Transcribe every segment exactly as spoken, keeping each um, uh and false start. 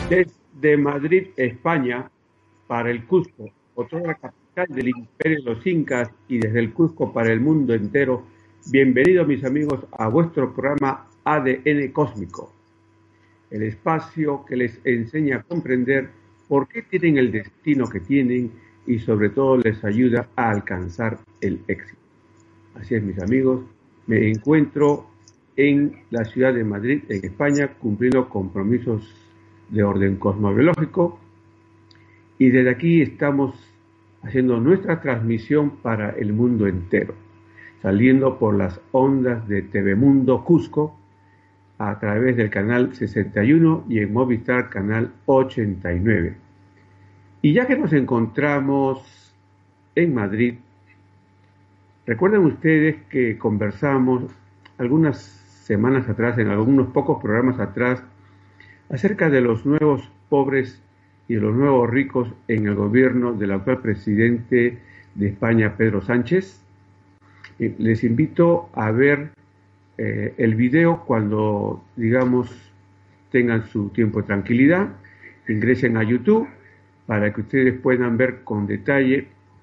Desde Madrid, España, para el Cusco, otra capital del imperio de los incas, y desde el Cusco para el mundo entero, bienvenidos mis amigos a vuestro programa A D N Cósmico, el espacio que les enseña a comprender por qué tienen el destino que tienen y sobre todo les ayuda a alcanzar el éxito. Así es, mis amigos, me encuentro en la ciudad de Madrid, en España, cumpliendo compromisos de orden cosmobiológico, y desde aquí estamos haciendo nuestra transmisión para el mundo entero, saliendo por las ondas de T V Mundo Cusco a través del canal sesenta y uno y en Movistar canal ochenta y nueve. Y ya que nos encontramos en Madrid, recuerden ustedes que conversamos algunas semanas atrás, en algunos pocos programas atrás, acerca de los nuevos pobres y de los nuevos ricos en el gobierno del actual presidente de España, Pedro Sánchez. Eh, les invito a ver eh, el video cuando, digamos, tengan su tiempo de tranquilidad. Ingresen a YouTube para que ustedes puedan ver con detalle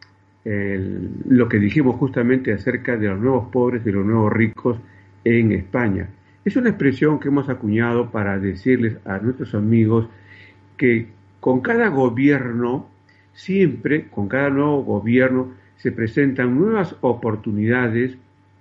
el, lo que dijimos justamente acerca de los nuevos pobres y los nuevos ricos en España. Es una expresión que hemos acuñado para decirles a nuestros amigos que con cada gobierno, siempre con cada nuevo gobierno, se presentan nuevas oportunidades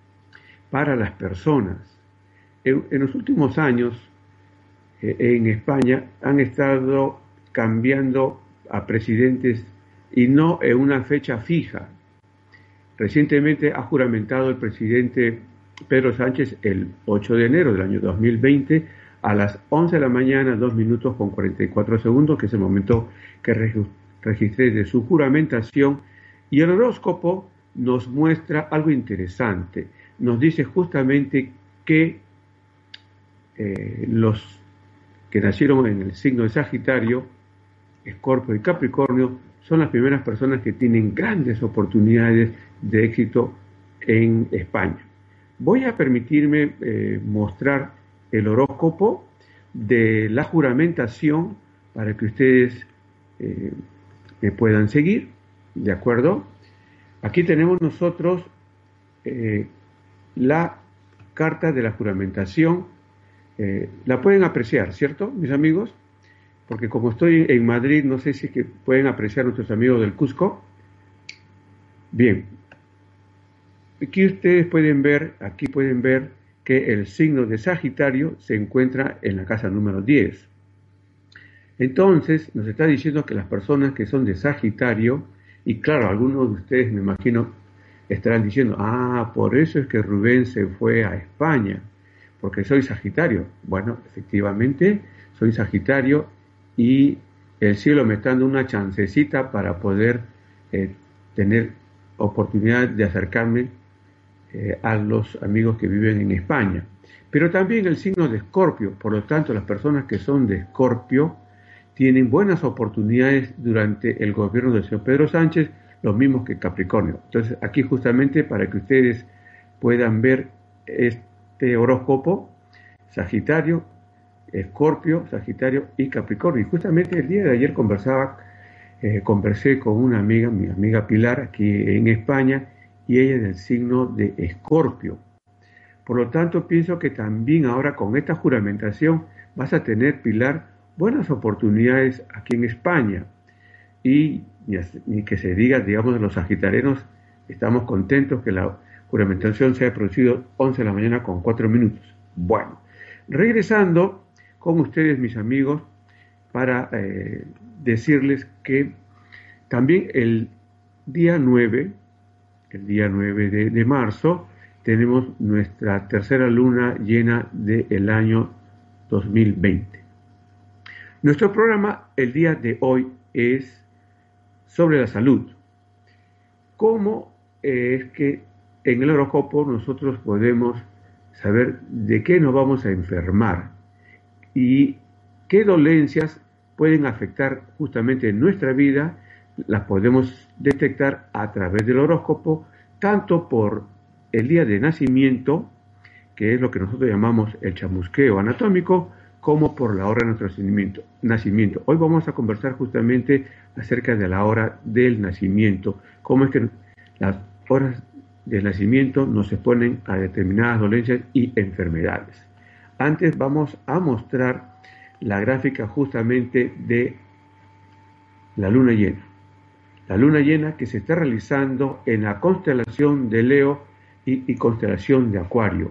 para las personas. En, en los últimos años, eh, en España, han estado cambiando a presidentes y no en una fecha fija. Recientemente ha juramentado el presidente Pedro Sánchez el ocho de enero del año dos mil veinte a las once de la mañana, dos minutos con cuarenta y cuatro segundos, que es el momento que registré de su juramentación, y el horóscopo nos muestra algo interesante. Nos dice justamente que eh, los que nacieron en el signo de Sagitario, Escorpio y Capricornio son las primeras personas que tienen grandes oportunidades de éxito en España. Voy a permitirme eh, mostrar el horóscopo de la juramentación para que ustedes eh, me puedan seguir, ¿de acuerdo? Aquí tenemos nosotros eh, la carta de la juramentación. Eh, la pueden apreciar, ¿cierto, mis amigos? Porque como estoy en Madrid, no sé si es que pueden apreciar nuestros amigos del Cusco. Bien. Aquí ustedes pueden ver, aquí pueden ver que el signo de Sagitario se encuentra en la casa número diez. Entonces, nos está diciendo que las personas que son de Sagitario, y claro, algunos de ustedes me imagino estarán diciendo, ah, por eso es que Rubén se fue a España, porque soy Sagitario. Bueno, efectivamente, soy Sagitario y el cielo me está dando una chancecita para poder eh, tener oportunidad de acercarme Eh, a los amigos que viven en España. Pero también el signo de Escorpio, por lo tanto las personas que son de Escorpio tienen buenas oportunidades durante el gobierno del señor Pedro Sánchez, los mismos que Capricornio. Entonces aquí justamente para que ustedes puedan ver este horóscopo, Sagitario, Escorpio, Sagitario y Capricornio. Y justamente el día de ayer conversaba, eh, conversé con una amiga, mi amiga Pilar, aquí en España, y ella es del signo de Escorpio. Por lo tanto, pienso que también ahora con esta juramentación vas a tener, Pilar, buenas oportunidades aquí en España. Y ni que se diga, digamos, de los sagitarianos, estamos contentos que la juramentación se haya producido once de la mañana con cuatro minutos. Bueno, regresando con ustedes, mis amigos, para eh, decirles que también el día nueve, el día nueve de, de marzo, tenemos nuestra tercera luna llena del año dos mil veinte. Nuestro programa el día de hoy es sobre la salud. ¿Cómo es que en el horóscopo nosotros podemos saber de qué nos vamos a enfermar y qué dolencias pueden afectar justamente nuestra vida? Las podemos detectar a través del horóscopo, tanto por el día de nacimiento, que es lo que nosotros llamamos el chamusqueo anatómico, como por la hora de nuestro nacimiento. nacimiento. Hoy vamos a conversar justamente acerca de la hora del nacimiento, cómo es que las horas del nacimiento nos exponen a determinadas dolencias y enfermedades. Antes vamos a mostrar la gráfica justamente de la luna llena. La luna llena que se está realizando en la constelación de Leo y, y constelación de Acuario,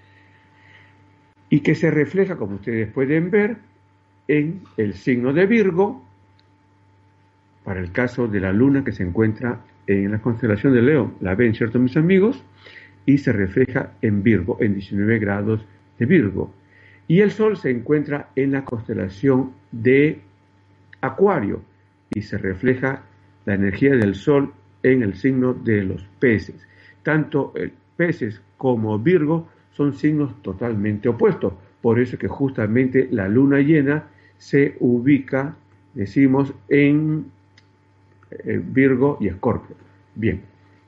y que se refleja, como ustedes pueden ver, en el signo de Virgo, para el caso de la luna que se encuentra en la constelación de Leo. La ven, ¿cierto, mis amigos? Y se refleja en Virgo, en diecinueve grados de Virgo. Y el Sol se encuentra en la constelación de Acuario, y se refleja la energía del Sol en el signo de los peces. Tanto el peces como Virgo son signos totalmente opuestos. Por eso que justamente la luna llena se ubica, decimos, en eh, Virgo y Escorpio. Bien.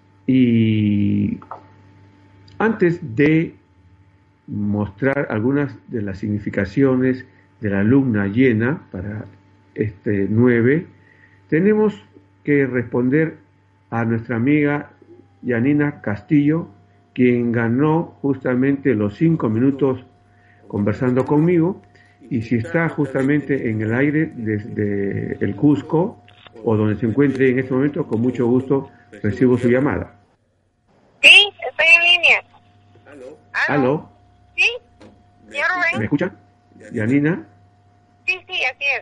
Y antes de mostrar algunas de las significaciones de la luna llena para este nueve, tenemos que responder a nuestra amiga Yanina Castillo, quien ganó justamente los cinco minutos conversando conmigo, y si está justamente en el aire desde el Cusco o donde se encuentre en este momento, con mucho gusto recibo su llamada. Sí, estoy en línea. ¿Aló? ¿Aló? ¿Aló? Sí, señor Rubén. ¿Me escucha? Yanina. Sí, sí, así es.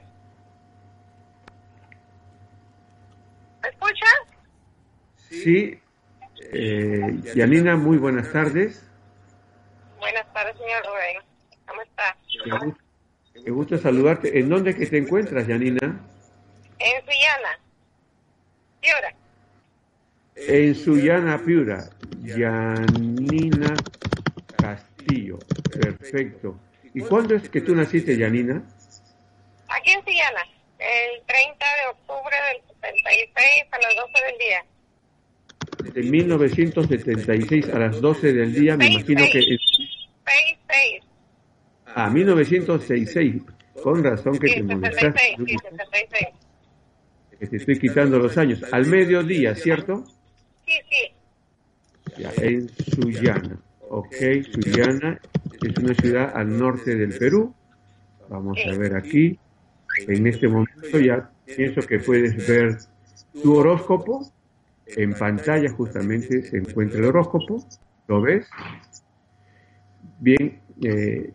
¿Me escucha? Sí. Eh, Yanina, muy buenas tardes. Buenas tardes, señor Rubén. ¿Cómo está? Me gusta, me gusta saludarte. ¿En dónde que te encuentras, Yanina? En Sullana, Piura. En Sullana, Piura. Yanina Castillo. Perfecto. ¿Y cuándo es que tú naciste, Yanina? Aquí en Sullana, el treinta de octubre del setenta y seis a las doce del día. De mil novecientos setenta y seis a las doce del día, me imagino que... seis seis. Ah, mil novecientos sesenta y seis. Con razón que Sí, te sesenta y molestaste. seis, sí, sesenta y seis. Que te estoy quitando los años. Al mediodía, ¿cierto? Sí, sí. Ya, en Sullana. Ok, Sullana es una ciudad al norte del Perú. Vamos a ver aquí. En este momento ya pienso que puedes ver tu horóscopo. En pantalla justamente se encuentra el horóscopo. ¿Lo ves? Bien. Eh,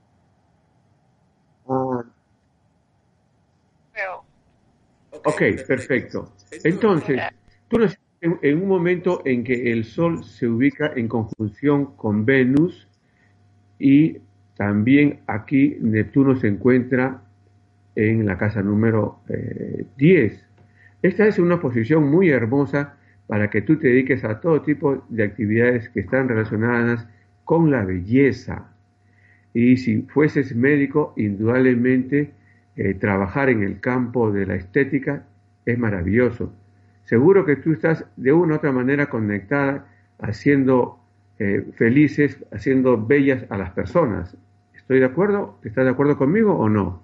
ah, Pero, ok, perfecto. Entonces, tú naciste en, en un momento en que el Sol se ubica en conjunción con Venus, y también aquí Neptuno se encuentra en la casa número eh, diez. Esta es una posición muy hermosa para que tú te dediques a todo tipo de actividades que están relacionadas con la belleza. Y si fueses médico, indudablemente eh, trabajar en el campo de la estética es maravilloso. Seguro que tú estás de una u otra manera conectada, haciendo eh, felices, haciendo bellas a las personas. ¿Estoy de acuerdo? ¿Estás de acuerdo conmigo o no?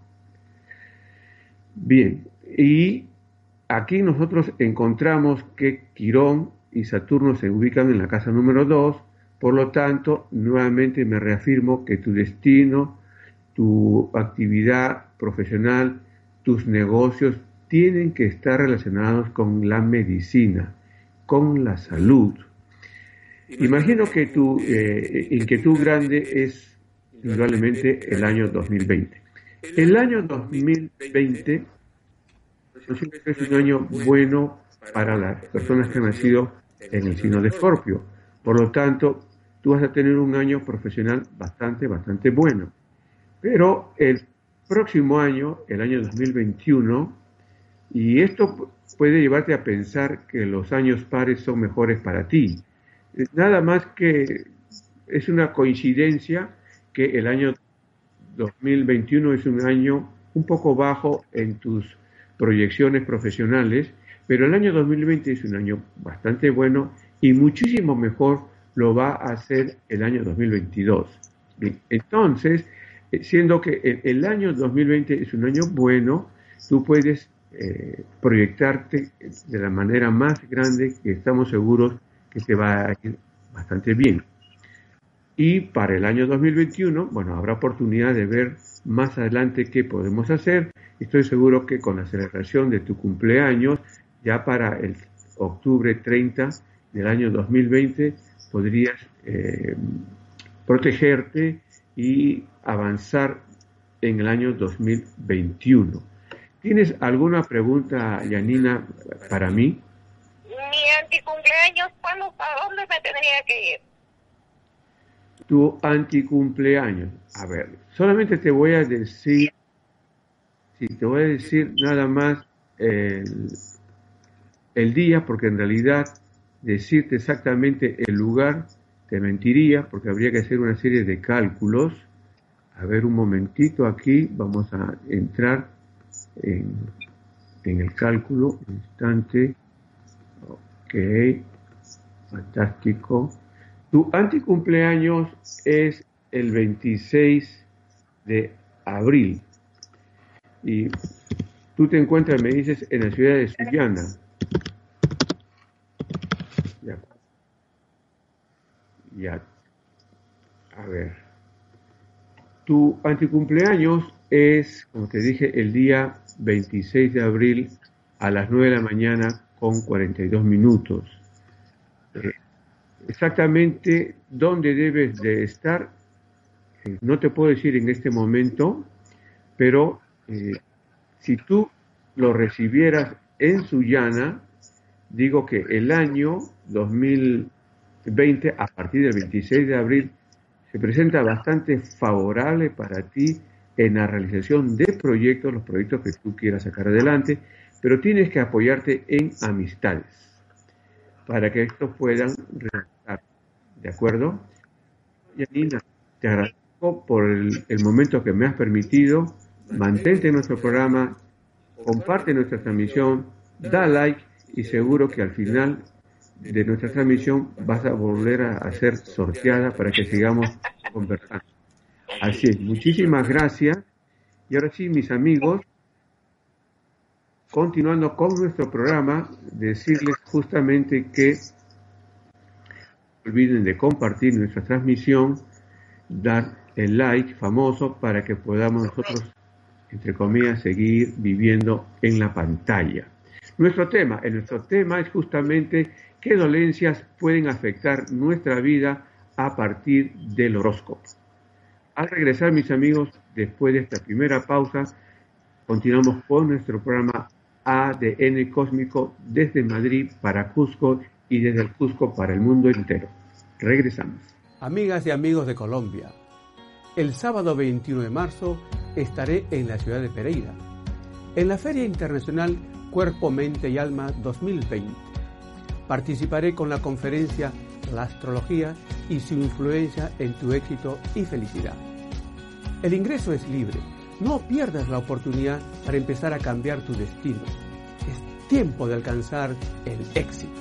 Bien, y aquí nosotros encontramos que Quirón y Saturno se ubican en la casa número dos, por lo tanto, nuevamente me reafirmo que tu destino, tu actividad profesional, tus negocios tienen que estar relacionados con la medicina, con la salud. Imagino que tu eh, inquietud grande es indudablemente el año dos mil veinte. El año dos mil veinte es un año bueno para las personas que han nacido en el signo de Escorpio. Por lo tanto, tú vas a tener un año profesional bastante, bastante bueno. Pero el próximo año, el año dos mil veintiuno, y esto puede llevarte a pensar que los años pares son mejores para ti. Nada más que es una coincidencia que el año dos mil veintiuno es un año un poco bajo en tus proyecciones profesionales, pero el año dos mil veinte es un año bastante bueno y muchísimo mejor lo va a hacer el año dos mil veintidós. Bien, entonces, siendo que el, el año dos mil veinte es un año bueno, tú puedes eh, proyectarte de la manera más grande, que estamos seguros que te va a ir bastante bien. Y para el año dos mil veintiuno, bueno, habrá oportunidad de ver más adelante qué podemos hacer. Estoy seguro que con la celebración de tu cumpleaños, ya para el octubre treinta del año dos mil veinte, podrías eh, protegerte y avanzar en el año dos mil veintiuno. ¿Tienes alguna pregunta, Yanina, para mí? Mi anticumpleaños, ¿cuándo, a dónde me tendría que ir? Tu anticumpleaños. A ver, solamente te voy a decir, sí, te voy a decir nada más el, el día, porque en realidad decirte exactamente el lugar te mentiría, porque habría que hacer una serie de cálculos. A ver, un momentito aquí, vamos a entrar en, en el cálculo, un instante. Ok, fantástico. Tu anticumpleaños es el veintiséis de abril y tú te encuentras, me dices, en la ciudad de Sullana. Ya. Ya. A ver. Tu anticumpleaños es, como te dije, el día veintiséis de abril a las nueve de la mañana con cuarenta y dos minutos. Eh, exactamente dónde debes de estar, eh, no te puedo decir en este momento, pero eh, si tú lo recibieras en Sullana, digo que el año dos mil veinte, a partir del veintiséis de abril, se presenta bastante favorable para ti en la realización de proyectos, los proyectos que tú quieras sacar adelante, pero tienes que apoyarte en amistades para que estos puedan realizar. ¿De acuerdo? Yanina, te agradezco por el, el momento que me has permitido. Mantente en nuestro programa, comparte nuestra transmisión, da like y seguro que al final de nuestra transmisión vas a volver a ser sorteada para que sigamos conversando. Así es, muchísimas gracias. Y ahora sí, mis amigos, continuando con nuestro programa, decirles justamente que no olviden de compartir nuestra transmisión, dar el like famoso para que podamos nosotros, entre comillas, seguir viviendo en la pantalla. Nuestro tema, el nuestro tema es justamente qué dolencias pueden afectar nuestra vida a partir del horóscopo. Al regresar, mis amigos, después de esta primera pausa, continuamos con nuestro programa A D N Cósmico desde Madrid para Cusco y desde el Cusco para el mundo entero. Regresamos. Amigas y amigos de Colombia, el sábado veintiuno de marzo estaré en la ciudad de Pereira, en la Feria Internacional Cuerpo, Mente y Alma dos mil veinte. Participaré con la conferencia La Astrología y su influencia en tu éxito y felicidad. El ingreso es libre. No pierdas la oportunidad para empezar a cambiar tu destino. Es tiempo de alcanzar el éxito.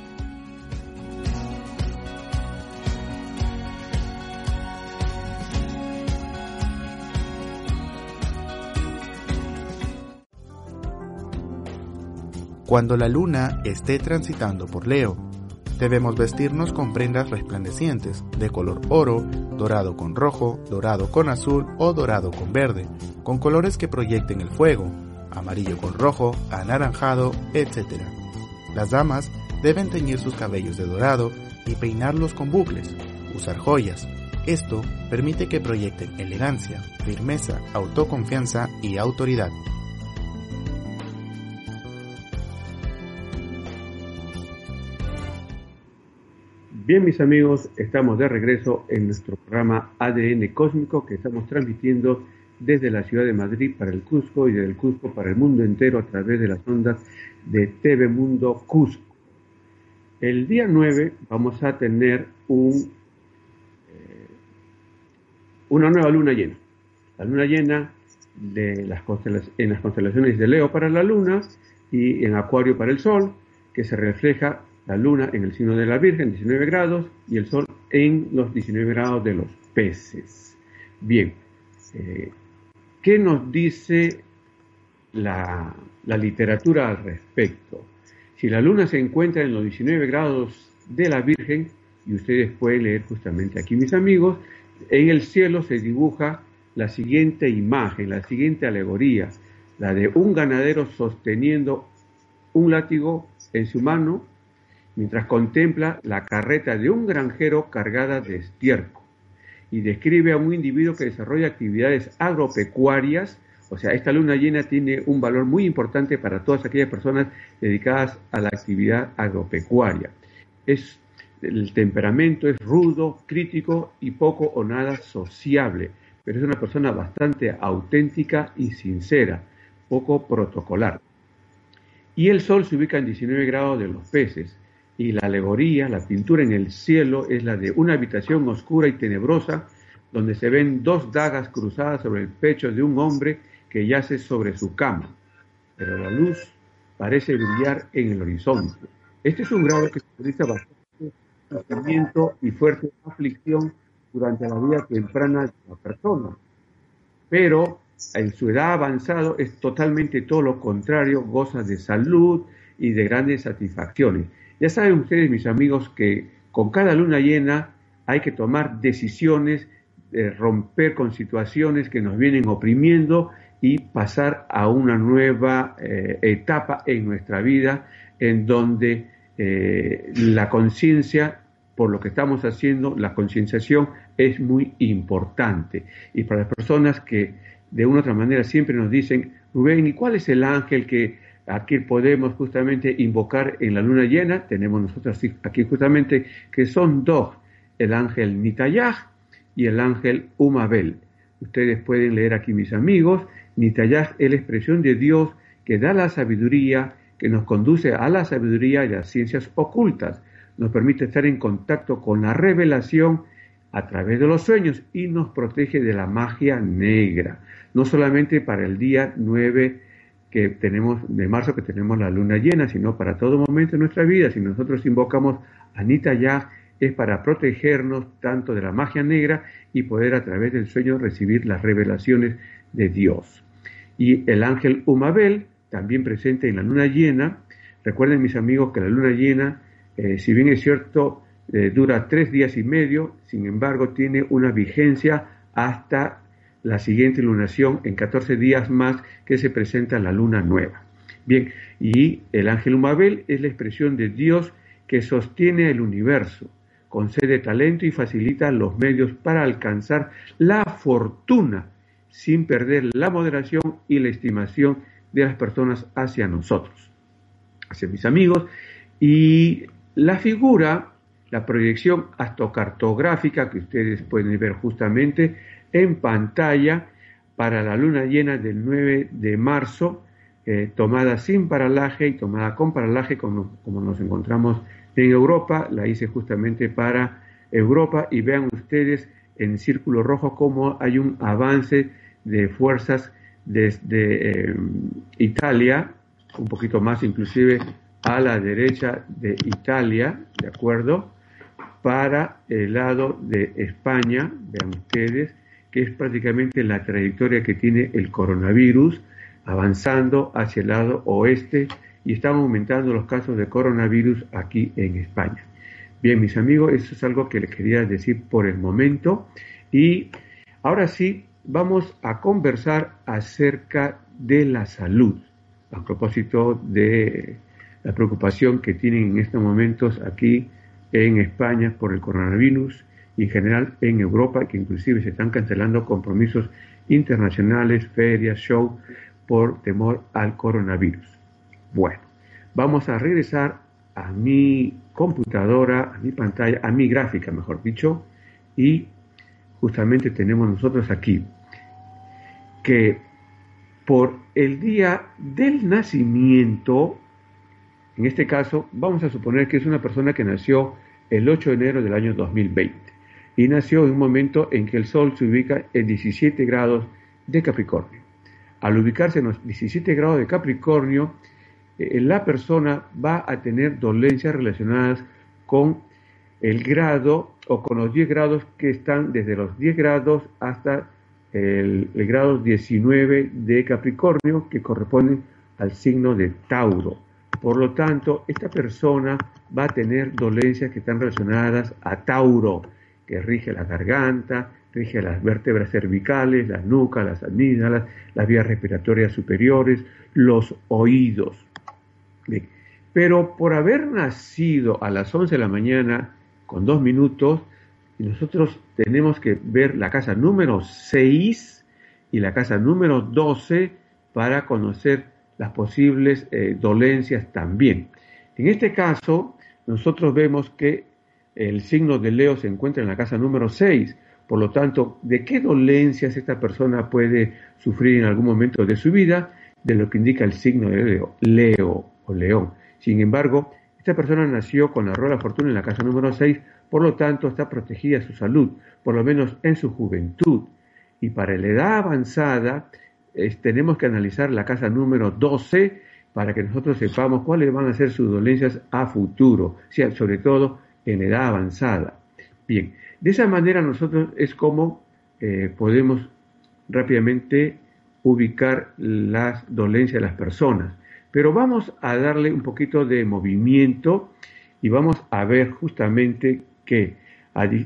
Cuando la luna esté transitando por Leo, debemos vestirnos con prendas resplandecientes, de color oro, dorado con rojo, dorado con azul o dorado con verde, con colores que proyecten el fuego, amarillo con rojo, anaranjado, etcétera. Las damas deben teñir sus cabellos de dorado y peinarlos con bucles, usar joyas. Esto permite que proyecten elegancia, firmeza, autoconfianza y autoridad. Bien, mis amigos, estamos de regreso en nuestro programa A D N Cósmico que estamos transmitiendo desde la ciudad de Madrid para el Cusco y desde el Cusco para el mundo entero a través de las ondas de T V Mundo Cusco. El día nueve vamos a tener un, eh, una nueva luna llena. La luna llena de las constelaciones, en las constelaciones de Leo para la luna y en Acuario para el Sol, que se refleja la luna en el signo de la Virgen, diecinueve grados, y el sol en los diecinueve grados de los peces. Bien, Eh, ¿Qué nos dice la, la literatura al respecto? Si la luna se encuentra en los diecinueve grados de la Virgen, y ustedes pueden leer justamente aquí, mis amigos, en el cielo se dibuja la siguiente imagen, la siguiente alegoría, la de un ganadero sosteniendo un látigo en su mano, mientras contempla la carreta de un granjero cargada de estiércol, y describe a un individuo que desarrolla actividades agropecuarias. O sea, esta luna llena tiene un valor muy importante para todas aquellas personas dedicadas a la actividad agropecuaria. Es, el temperamento es rudo, crítico y poco o nada sociable, pero es una persona bastante auténtica y sincera, poco protocolar. Y el sol se ubica en diecinueve grados de los peces, y la alegoría, la pintura en el cielo, es la de una habitación oscura y tenebrosa, donde se ven dos dagas cruzadas sobre el pecho de un hombre que yace sobre su cama, pero la luz parece brillar en el horizonte. Este es un grado que simboliza bastante sufrimiento y fuerte aflicción durante la vida temprana de la persona, pero en su edad avanzada es totalmente todo lo contrario, goza de salud y de grandes satisfacciones. Ya saben ustedes, mis amigos, que con cada luna llena hay que tomar decisiones, eh, romper con situaciones que nos vienen oprimiendo y pasar a una nueva eh, etapa en nuestra vida, en donde eh, la conciencia, por lo que estamos haciendo, la concienciación es muy importante. Y para las personas que de una u otra manera siempre nos dicen, Rubén, ¿y cuál es el ángel que aquí podemos justamente invocar en la luna llena? Tenemos nosotros aquí justamente que son dos, el ángel Nitayaj y el ángel Umabel. Ustedes pueden leer aquí, mis amigos. Nitayaj es la expresión de Dios que da la sabiduría, que nos conduce a la sabiduría y las ciencias ocultas. Nos permite estar en contacto con la revelación a través de los sueños y nos protege de la magia negra. No solamente para el día nueve que tenemos de marzo, que tenemos la luna llena, sino para todo momento de nuestra vida. Si nosotros invocamos a Nitayaj, es para protegernos tanto de la magia negra y poder a través del sueño recibir las revelaciones de Dios. Y el ángel Umabel, también presente en la luna llena. Recuerden, mis amigos, que la luna llena, eh, si bien es cierto, eh, dura tres días y medio, sin embargo tiene una vigencia hasta la siguiente lunación en catorce días más, que se presenta la luna nueva. Bien, y el ángel Umabel es la expresión de Dios que sostiene el universo, concede talento y facilita los medios para alcanzar la fortuna sin perder la moderación y la estimación de las personas hacia nosotros, hacia mis amigos. Y la figura, la proyección astrocartográfica que ustedes pueden ver justamente en pantalla para la luna llena del nueve de marzo, eh, tomada sin paralaje y tomada con paralaje, como, como nos encontramos en Europa. La hice justamente para Europa, y vean ustedes en círculo rojo cómo hay un avance de fuerzas desde eh, Italia, un poquito más inclusive a la derecha de Italia, ¿de acuerdo?, para el lado de España, vean ustedes, que es prácticamente la trayectoria que tiene el coronavirus, avanzando hacia el lado oeste, y están aumentando los casos de coronavirus aquí en España. Bien, mis amigos, eso es algo que les quería decir por el momento. Y ahora sí, vamos a conversar acerca de la salud, a propósito de la preocupación que tienen en estos momentos aquí en España por el coronavirus, y en general en Europa, que inclusive se están cancelando compromisos internacionales, ferias, show, por temor al coronavirus. Bueno, vamos a regresar a mi computadora, a mi pantalla, a mi gráfica, mejor dicho, y justamente tenemos nosotros aquí que por el día del nacimiento, en este caso, vamos a suponer que es una persona que nació el ocho de enero del año dos mil veinte. Y nació en un momento en que el Sol se ubica en diecisiete grados de Capricornio. Al ubicarse en los diecisiete grados de Capricornio, eh, la persona va a tener dolencias relacionadas con el grado o con los diez grados que están desde los diez grados hasta el, el grado diecinueve de Capricornio, que corresponde al signo de Tauro. Por lo tanto, esta persona va a tener dolencias que están relacionadas a Tauro, que rige la garganta, rige las vértebras cervicales, la nuca, las amígdalas, las vías respiratorias superiores, los oídos. Bien. Pero por haber nacido a las once de la mañana con dos minutos, nosotros tenemos que ver la casa número seis y la casa número doce para conocer las posibles eh, dolencias también. En este caso, nosotros vemos que el signo de Leo se encuentra en la casa número seis. Por lo tanto, ¿de qué dolencias esta persona puede sufrir en algún momento de su vida? De lo que indica el signo de Leo, Leo o León. Sin embargo, esta persona nació con la rueda de la fortuna en la casa número seis, por lo tanto está protegida su salud, por lo menos en su juventud. Y para la edad avanzada, eh, tenemos que analizar la casa número doce para que nosotros sepamos cuáles van a ser sus dolencias a futuro, o sea, sobre todo en edad avanzada. Bien, de esa manera nosotros es como eh, podemos rápidamente ubicar las dolencias de las personas. Pero vamos a darle un poquito de movimiento y vamos a ver justamente que allí,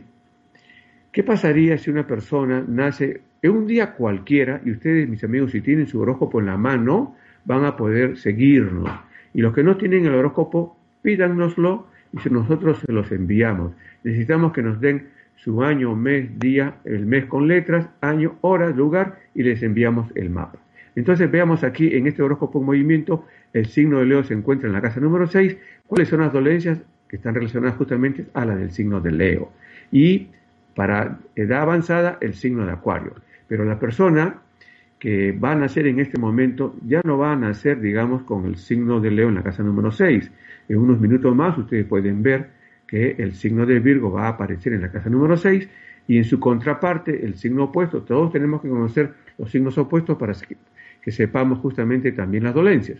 qué pasaría si una persona nace en un día cualquiera, y ustedes, mis amigos, si tienen su horóscopo en la mano, van a poder seguirnos. Y los que no tienen el horóscopo, pídanoslo y si nosotros se los enviamos. Necesitamos que nos den su año, mes, día, el mes con letras, año, hora, lugar, y les enviamos el mapa. Entonces veamos aquí en este horóscopo en movimiento, el signo de Leo se encuentra en la casa número seis, cuáles son las dolencias que están relacionadas justamente a la del signo de Leo. Y para edad avanzada, el signo de Acuario. Pero la persona que va a nacer en este momento ya no va a nacer, digamos, con el signo de Leo en la casa número seis. En unos minutos más ustedes pueden ver que el signo de Virgo va a aparecer en la casa número seis y en su contraparte, el signo opuesto. Todos tenemos que conocer los signos opuestos para que, que sepamos justamente también las dolencias.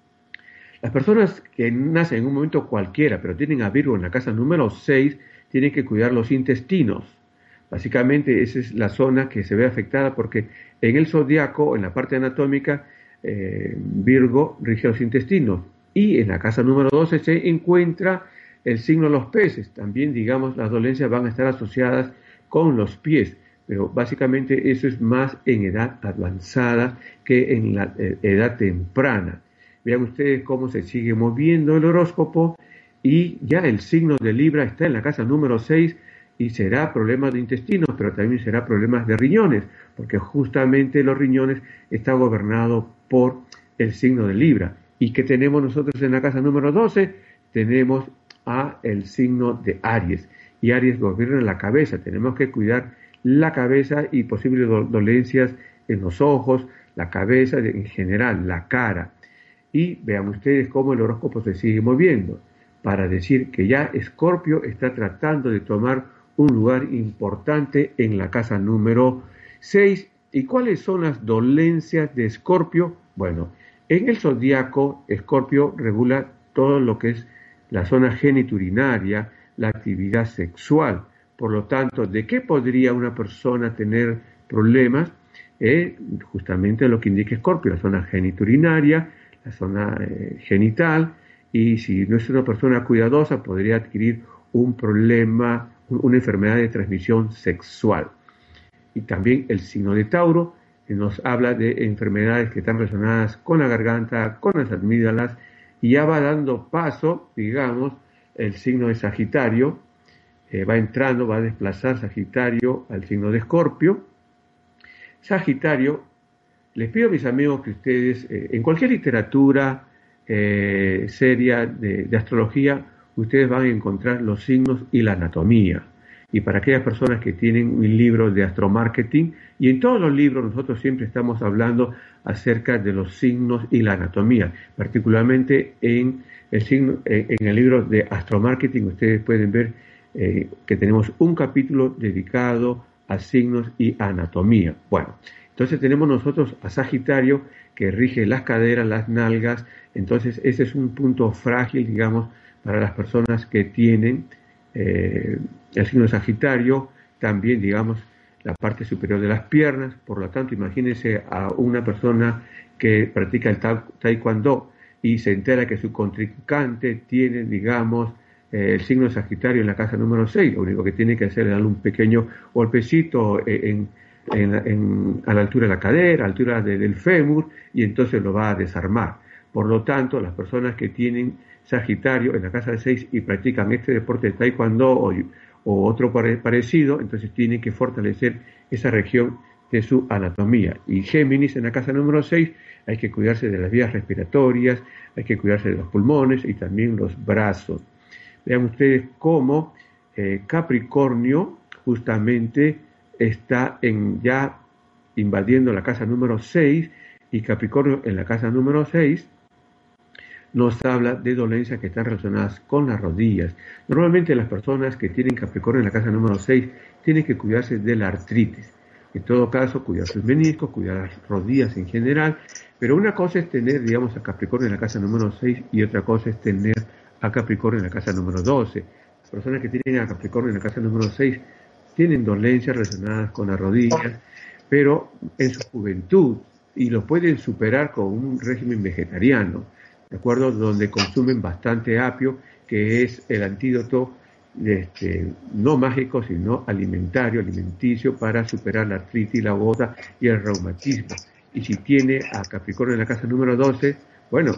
Las personas que nacen en un momento cualquiera, pero tienen a Virgo en la casa número seis, tienen que cuidar los intestinos. Básicamente esa es la zona que se ve afectada porque en el zodiaco, en la parte anatómica, eh, Virgo rige los intestinos. Y en la casa número doce se encuentra el signo de los peces. También, digamos, las dolencias van a estar asociadas con los pies. Pero básicamente eso es más en edad avanzada que en la eh, edad temprana. Vean ustedes cómo se sigue moviendo el horóscopo y ya el signo de Libra está en la casa número seis y será problemas de intestinos, pero también será problemas de riñones, porque justamente los riñones están gobernados por el signo de Libra. ¿Y qué tenemos nosotros en la casa número doce? Tenemos a el signo de Aries, y Aries gobierna la cabeza. Tenemos que cuidar la cabeza y posibles do- dolencias en los ojos, la cabeza en general, la cara. Y vean ustedes cómo el horóscopo se sigue moviendo, para decir que ya Escorpio está tratando de tomar un lugar importante en la casa número seis. ¿Y cuáles son las dolencias de Escorpio? Bueno, en el zodiaco, Escorpio regula todo lo que es la zona geniturinaria, la actividad sexual. Por lo tanto, ¿de qué podría una persona tener problemas? Eh, justamente lo que indica Escorpio, la zona geniturinaria, la zona eh, genital, y si no es una persona cuidadosa, podría adquirir un problema, una enfermedad de transmisión sexual. Y también el signo de Tauro, que nos habla de enfermedades que están relacionadas con la garganta, con las amígdalas, y ya va dando paso, digamos, el signo de Sagitario, eh, va entrando, va a desplazar Sagitario al signo de Escorpio. Sagitario, les pido a mis amigos que ustedes, eh, en cualquier literatura eh, seria de, de astrología, ustedes van a encontrar los signos y la anatomía. Y para aquellas personas que tienen un libro de astromarketing, y en todos los libros nosotros siempre estamos hablando acerca de los signos y la anatomía, particularmente en el, signo, en el libro de astromarketing ustedes pueden ver eh, que tenemos un capítulo dedicado a signos y anatomía. Bueno, entonces tenemos nosotros a Sagitario que rige las caderas, las nalgas. Entonces ese es un punto frágil, digamos, para las personas que tienen eh, el signo de Sagitario. También, digamos, la parte superior de las piernas. Por lo tanto, imagínense a una persona que practica el taekwondo y se entera que su contrincante tiene, digamos, eh, el signo de Sagitario en la casa número seis. Lo único que tiene que hacer es darle un pequeño golpecito en, en, en, a la altura de la cadera, a la altura de, del fémur, y entonces lo va a desarmar. Por lo tanto, las personas que tienen Sagitario en la casa de seis y practican este deporte de taekwondo o, o otro pare, parecido, entonces tienen que fortalecer esa región de su anatomía. Y Géminis en la casa número seis, hay que cuidarse de las vías respiratorias, hay que cuidarse de los pulmones y también los brazos. Vean ustedes cómo eh, Capricornio justamente está en, ya invadiendo la casa número seis, y Capricornio en la casa número seis nos habla de dolencias que están relacionadas con las rodillas. Normalmente las personas que tienen Capricornio en la casa número seis tienen que cuidarse de la artritis. En todo caso, cuidar sus meniscos, cuidar las rodillas en general, pero una cosa es tener, digamos, a Capricornio en la casa número seis y otra cosa es tener a Capricornio en la casa número doce. Las personas que tienen a Capricornio en la casa número seis tienen dolencias relacionadas con las rodillas, pero en su juventud, y lo pueden superar con un régimen vegetariano, ¿de acuerdo? Donde consumen bastante apio, que es el antídoto este, no mágico, sino alimentario, alimenticio, para superar la artritis, la gota y el reumatismo. Y si tiene a Capricornio en la casa número doce, bueno,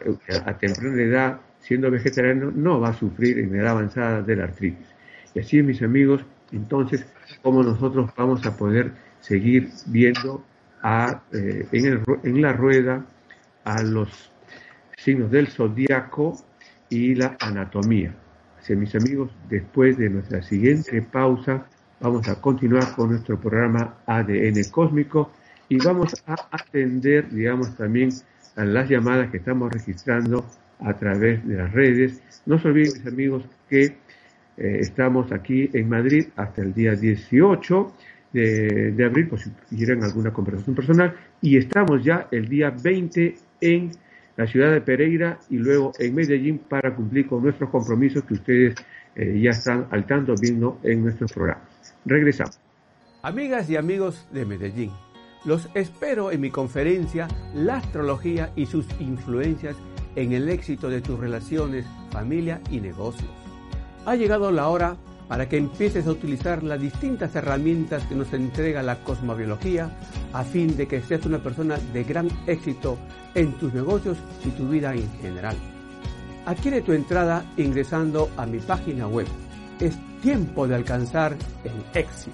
a temprana edad, siendo vegetariano, no va a sufrir en edad avanzada de la artritis. Y así, mis amigos, entonces, cómo nosotros vamos a poder seguir viendo a, eh, en, el, en la rueda a los signos del zodiaco y la anatomía. Así, mis amigos, después de nuestra siguiente pausa, vamos a continuar con nuestro programa A D N Cósmico y vamos a atender, digamos, también a las llamadas que estamos registrando a través de las redes. No se olviden, mis amigos, que eh, estamos aquí en Madrid hasta el día dieciocho de, de abril, por si quieren alguna conversación personal, y estamos ya el día veinte en la ciudad de Pereira y luego en Medellín para cumplir con nuestros compromisos que ustedes eh, ya están al tanto viendo en nuestros programas. Regresamos. Amigas y amigos de Medellín, los espero en mi conferencia La Astrología y sus influencias en el éxito de tus relaciones, familia y negocios. Ha llegado la hora para que empieces a utilizar las distintas herramientas que nos entrega la cosmobiología a fin de que seas una persona de gran éxito en tus negocios y tu vida en general. Adquiere tu entrada ingresando a mi página web. Es tiempo de alcanzar el éxito.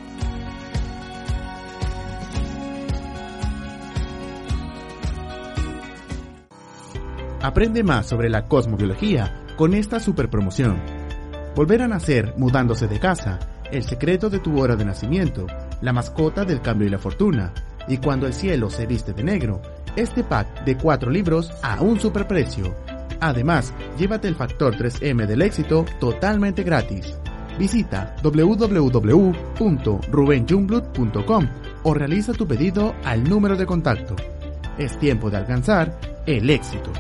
Aprende más sobre la cosmobiología con esta super promoción. Volver a nacer mudándose de casa, el secreto de tu hora de nacimiento, la mascota del cambio y la fortuna, y cuando el cielo se viste de negro, este pack de cuatro libros a un superprecio. Además, llévate el factor tres eme del éxito totalmente gratis. Visita doble u doble u doble u punto ruben jungblut punto com o realiza tu pedido al número de contacto. Es tiempo de alcanzar el éxito.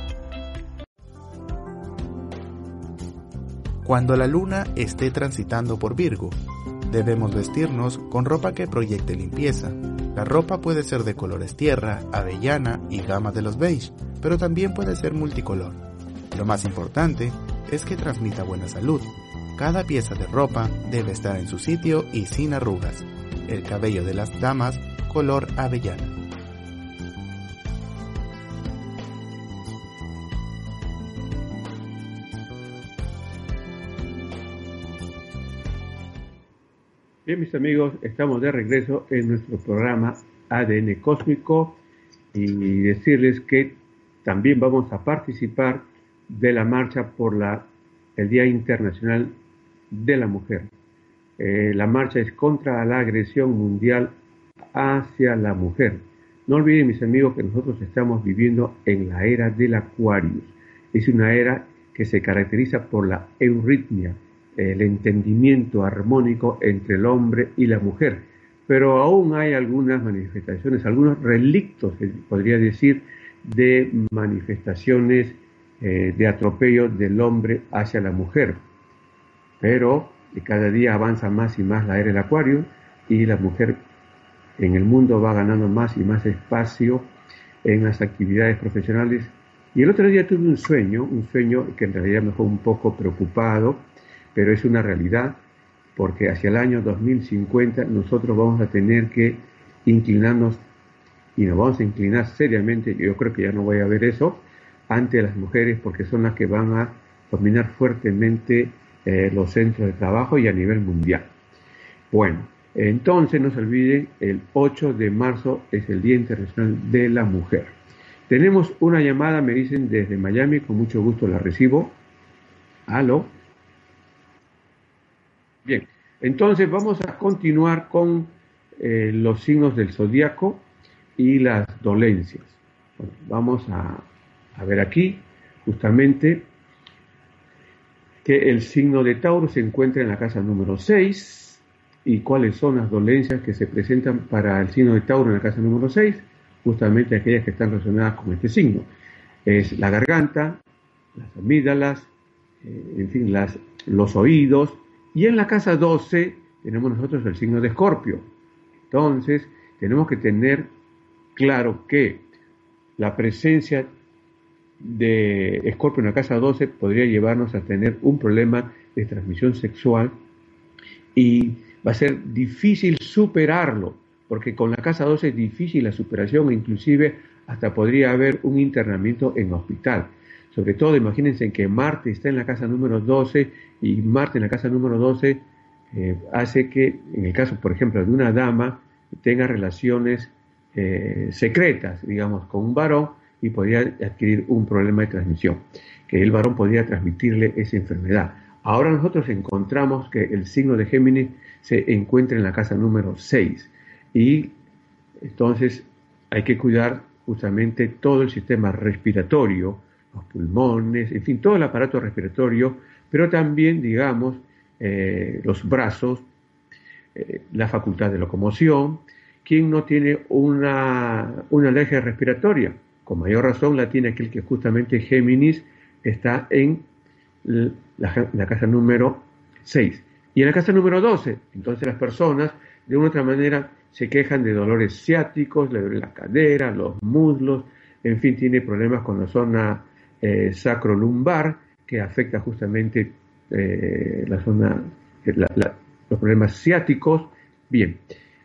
Cuando la luna esté transitando por Virgo, debemos vestirnos con ropa que proyecte limpieza. La ropa puede ser de colores tierra, avellana y gama de los beige, pero también puede ser multicolor. Lo más importante es que transmita buena salud. Cada pieza de ropa debe estar en su sitio y sin arrugas. El cabello de las damas, color avellana. Bien, mis amigos, estamos de regreso en nuestro programa A D N Cósmico y decirles que también vamos a participar de la marcha por la, el Día Internacional de la Mujer. Eh, la marcha es contra la agresión mundial hacia la mujer. No olviden, mis amigos, que nosotros estamos viviendo en la era del Acuario. Es una era que se caracteriza por la euritmia, el entendimiento armónico entre el hombre y la mujer, pero aún hay algunas manifestaciones, algunos relictos, podría decir, de manifestaciones eh, de atropello del hombre hacia la mujer, pero cada día avanza más y más la era del Acuario. y la mujer en el mundo va ganando más y más espacio en las actividades profesionales. Y el otro día tuve un sueño, un sueño que en realidad me dejó un poco preocupado, pero es una realidad, porque hacia el año dos mil cincuenta nosotros vamos a tener que inclinarnos, y nos vamos a inclinar seriamente, yo creo que ya no voy a ver eso, ante las mujeres, porque son las que van a dominar fuertemente eh, los centros de trabajo y a nivel mundial. Bueno, entonces no se olviden, el ocho de marzo es el Día Internacional de la Mujer. Tenemos una llamada, me dicen, desde Miami, con mucho gusto la recibo. ¿Aló? Bien, entonces vamos a continuar con eh, los signos del zodíaco y las dolencias. Bueno, vamos a, a ver aquí, justamente, que el signo de Tauro se encuentra en la casa número seis. ¿Y cuáles son las dolencias que se presentan para el signo de Tauro en la casa número seis? Justamente aquellas que están relacionadas con este signo. Es la garganta, las amígdalas, eh, en fin, las, los oídos. Y en la casa doce tenemos nosotros el signo de Escorpio. Entonces, tenemos que tener claro que la presencia de Escorpio en la casa doce podría llevarnos a tener un problema de transmisión sexual y va a ser difícil superarlo, porque con la casa doce es difícil la superación, inclusive hasta podría haber un internamiento en hospital. Sobre todo, imagínense que Marte está en la casa número doce, y Marte en la casa número doce eh, hace que, en el caso, por ejemplo, de una dama, tenga relaciones eh, secretas, digamos, con un varón, y podría adquirir un problema de transmisión, que el varón podría transmitirle esa enfermedad. Ahora nosotros encontramos que el signo de Géminis se encuentra en la casa número seis, y entonces hay que cuidar justamente todo el sistema respiratorio, los pulmones, en fin, todo el aparato respiratorio, pero también, digamos, eh, los brazos, eh, la facultad de locomoción. ¿Quién no tiene una, una alergia respiratoria? Con mayor razón la tiene aquel que justamente Géminis está en la, la casa número seis. Y en la casa número doce, entonces las personas de una u otra manera se quejan de dolores ciáticos, le duele la cadera, los muslos, en fin, tiene problemas con la zona eh, sacrolumbar, que afecta justamente eh, la zona, la, la, los problemas ciáticos. Bien,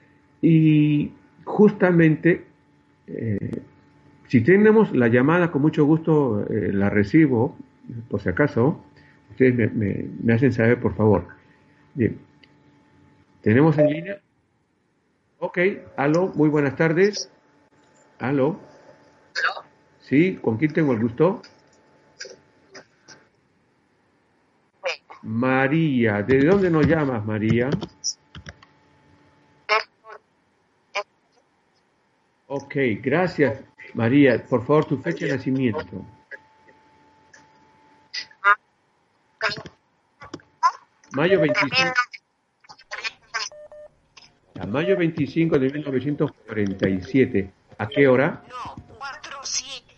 y justamente, eh, si tenemos la llamada, con mucho gusto eh, la recibo, por si acaso, ustedes me, me, me hacen saber, por favor. Bien, ¿tenemos en línea? Ok, aló, muy buenas tardes. Aló. ¿Aló? Sí, ¿con quién tengo el gusto? Sí. María, ¿de dónde nos llamas, María? Ok, gracias, María. Por favor, tu fecha de nacimiento. Mayo veinticinco. A mayo veinticinco de mil novecientos cuarenta y siete. ¿A qué hora? No, cuatro siete.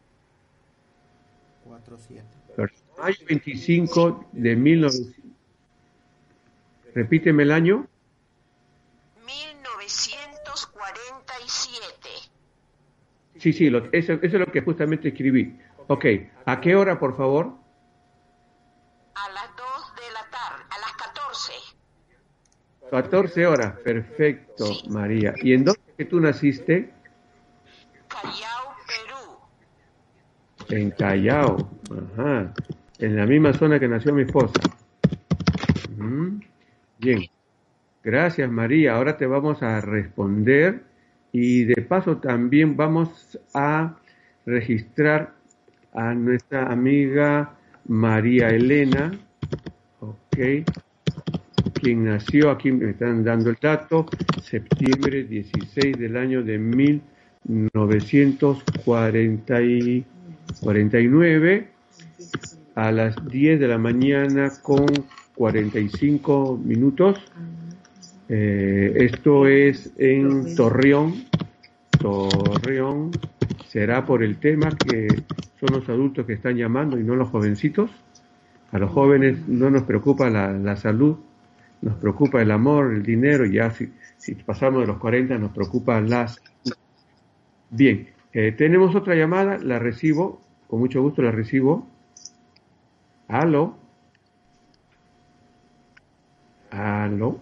cuatro siete. Mayo veinticinco de mil novecientos. Repíteme el año. mil novecientos cuarenta y siete. Sí, sí, lo, eso, eso es lo que justamente escribí. Ok, ¿a qué hora, por favor? A las dos de la tarde, a las catorce. catorce horas, perfecto, Sí. María. ¿Y en dónde que tú naciste? Callao, Perú. En Callao, ajá, en la misma zona que nació mi esposa. Ujú. Bien, gracias, María. Ahora te vamos a responder y de paso también vamos a registrar a nuestra amiga María Elena, ok, quien nació, aquí me están dando el dato, septiembre dieciséis del año de mil novecientos cuarenta y nueve, a las diez de la mañana con cuarenta y cinco minutos. Eh, esto es en Torreón. Torreón. Será por el tema que son los adultos que están llamando y no los jovencitos. A los jóvenes no nos preocupa la, la salud, nos preocupa el amor, el dinero, y ya si, Si pasamos de los cuarenta nos preocupa las... Bien, eh, tenemos otra llamada, la recibo, con mucho gusto la recibo. Aló. Aló.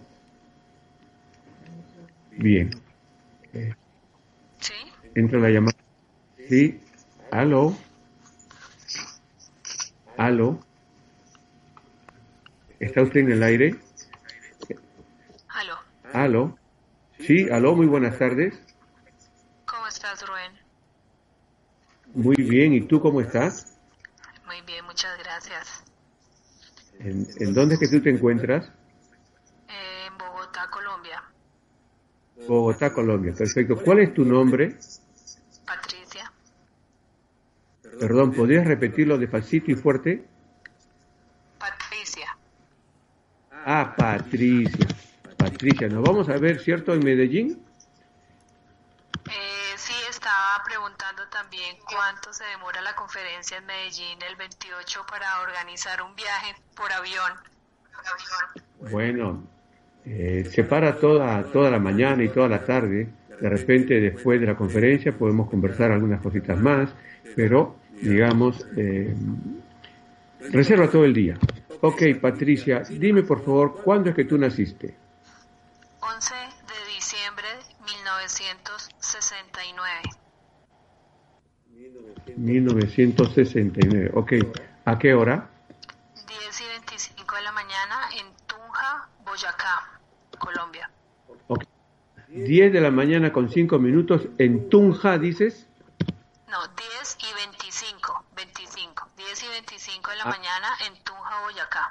Bien. Eh, ¿Sí? entra la llamada. Sí. Aló. Aló. ¿Está usted en el aire? Aló. Aló. Sí, aló, muy buenas tardes. ¿Cómo estás, Rubén? Muy bien, ¿y tú cómo estás? Muy bien, muchas gracias. ¿En, en dónde es que tú te encuentras? Eh, en Bogotá, Colombia. Bogotá, Colombia, perfecto. ¿Cuál es tu nombre? Patricia. Perdón, ¿podrías repetirlo despacito y fuerte? Patricia. Ah, Patricia. Patricia, nos vamos a ver, ¿cierto? En Medellín. Eh, sí, estaba preguntando también cuánto se demora la conferencia en Medellín el veintiocho para organizar un viaje por avión. Bueno, eh, se para toda, toda la mañana y toda la tarde. De repente, después de la conferencia, podemos conversar algunas cositas más, pero, digamos, eh, reserva todo el día. Ok, Patricia, dime por favor, ¿cuándo es que tú naciste? once de diciembre de mil novecientos sesenta y nueve. mil novecientos sesenta y nueve, ok. ¿A qué hora? diez y veinticinco de la mañana en Tunja, Boyacá, Colombia. Okay. diez de la mañana con cinco minutos en Tunja, ¿dices? No, diez y veinticinco, veinticinco. diez y veinticinco de la Ah. mañana en Tunja, Boyacá.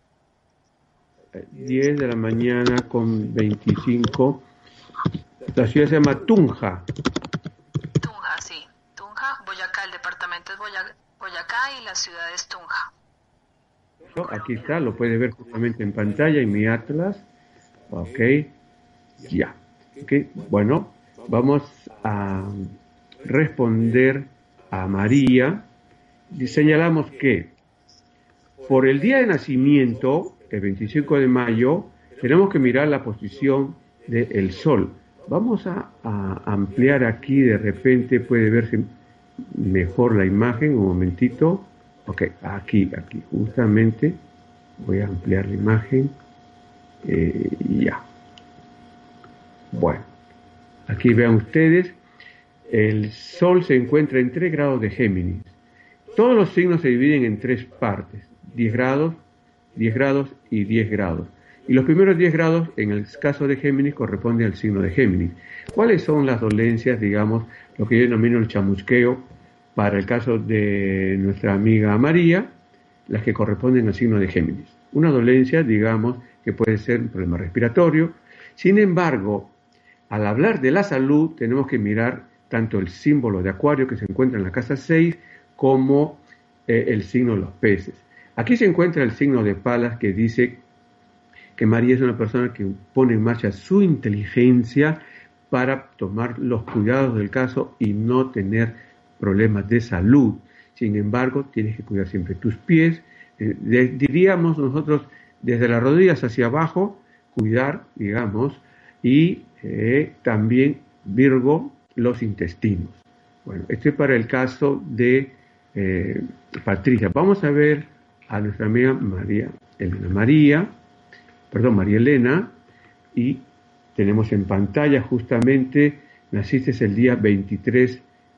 diez de la mañana con veinticinco. La ciudad se llama Tunja. Tunja, sí. Tunja, Boyacá, el departamento es Boya- Boyacá y la ciudad es Tunja. ¿No? Aquí está, lo puedes ver justamente en pantalla, en mi Atlas. Ok, ya. Okay. Bueno, vamos a responder a María. Y señalamos que por el día de nacimiento, el veinticinco de mayo, tenemos que mirar la posición del Sol. Vamos a, a ampliar aquí, de repente puede verse mejor la imagen, un momentito. Ok, aquí, aquí, justamente, voy a ampliar la imagen. Eh, ya. Bueno, aquí vean ustedes, el Sol se encuentra en tres grados de Géminis. Todos los signos se dividen en tres partes, diez grados, diez grados y diez grados. Y los primeros diez grados, en el caso de Géminis, corresponden al signo de Géminis. ¿Cuáles son las dolencias, digamos, lo que yo denomino el chamusqueo, para el caso de nuestra amiga María, las que corresponden al signo de Géminis? Una dolencia, digamos, que puede ser un problema respiratorio. Sin embargo, al hablar de la salud, tenemos que mirar tanto el símbolo de Acuario, que se encuentra en la casa seis, como eh, el signo de los peces. Aquí se encuentra el signo de Palas, que dice que María es una persona que pone en marcha su inteligencia para tomar los cuidados del caso y no tener problemas de salud. Sin embargo, tienes que cuidar siempre tus pies, eh, de, diríamos nosotros desde las rodillas hacia abajo, cuidar, digamos, y eh, también, Virgo, los intestinos. Bueno, esto es para el caso de eh, Patricia. Vamos a ver a nuestra amiga María Elena María, perdón, María Elena, y tenemos en pantalla justamente, naciste el día veintitrés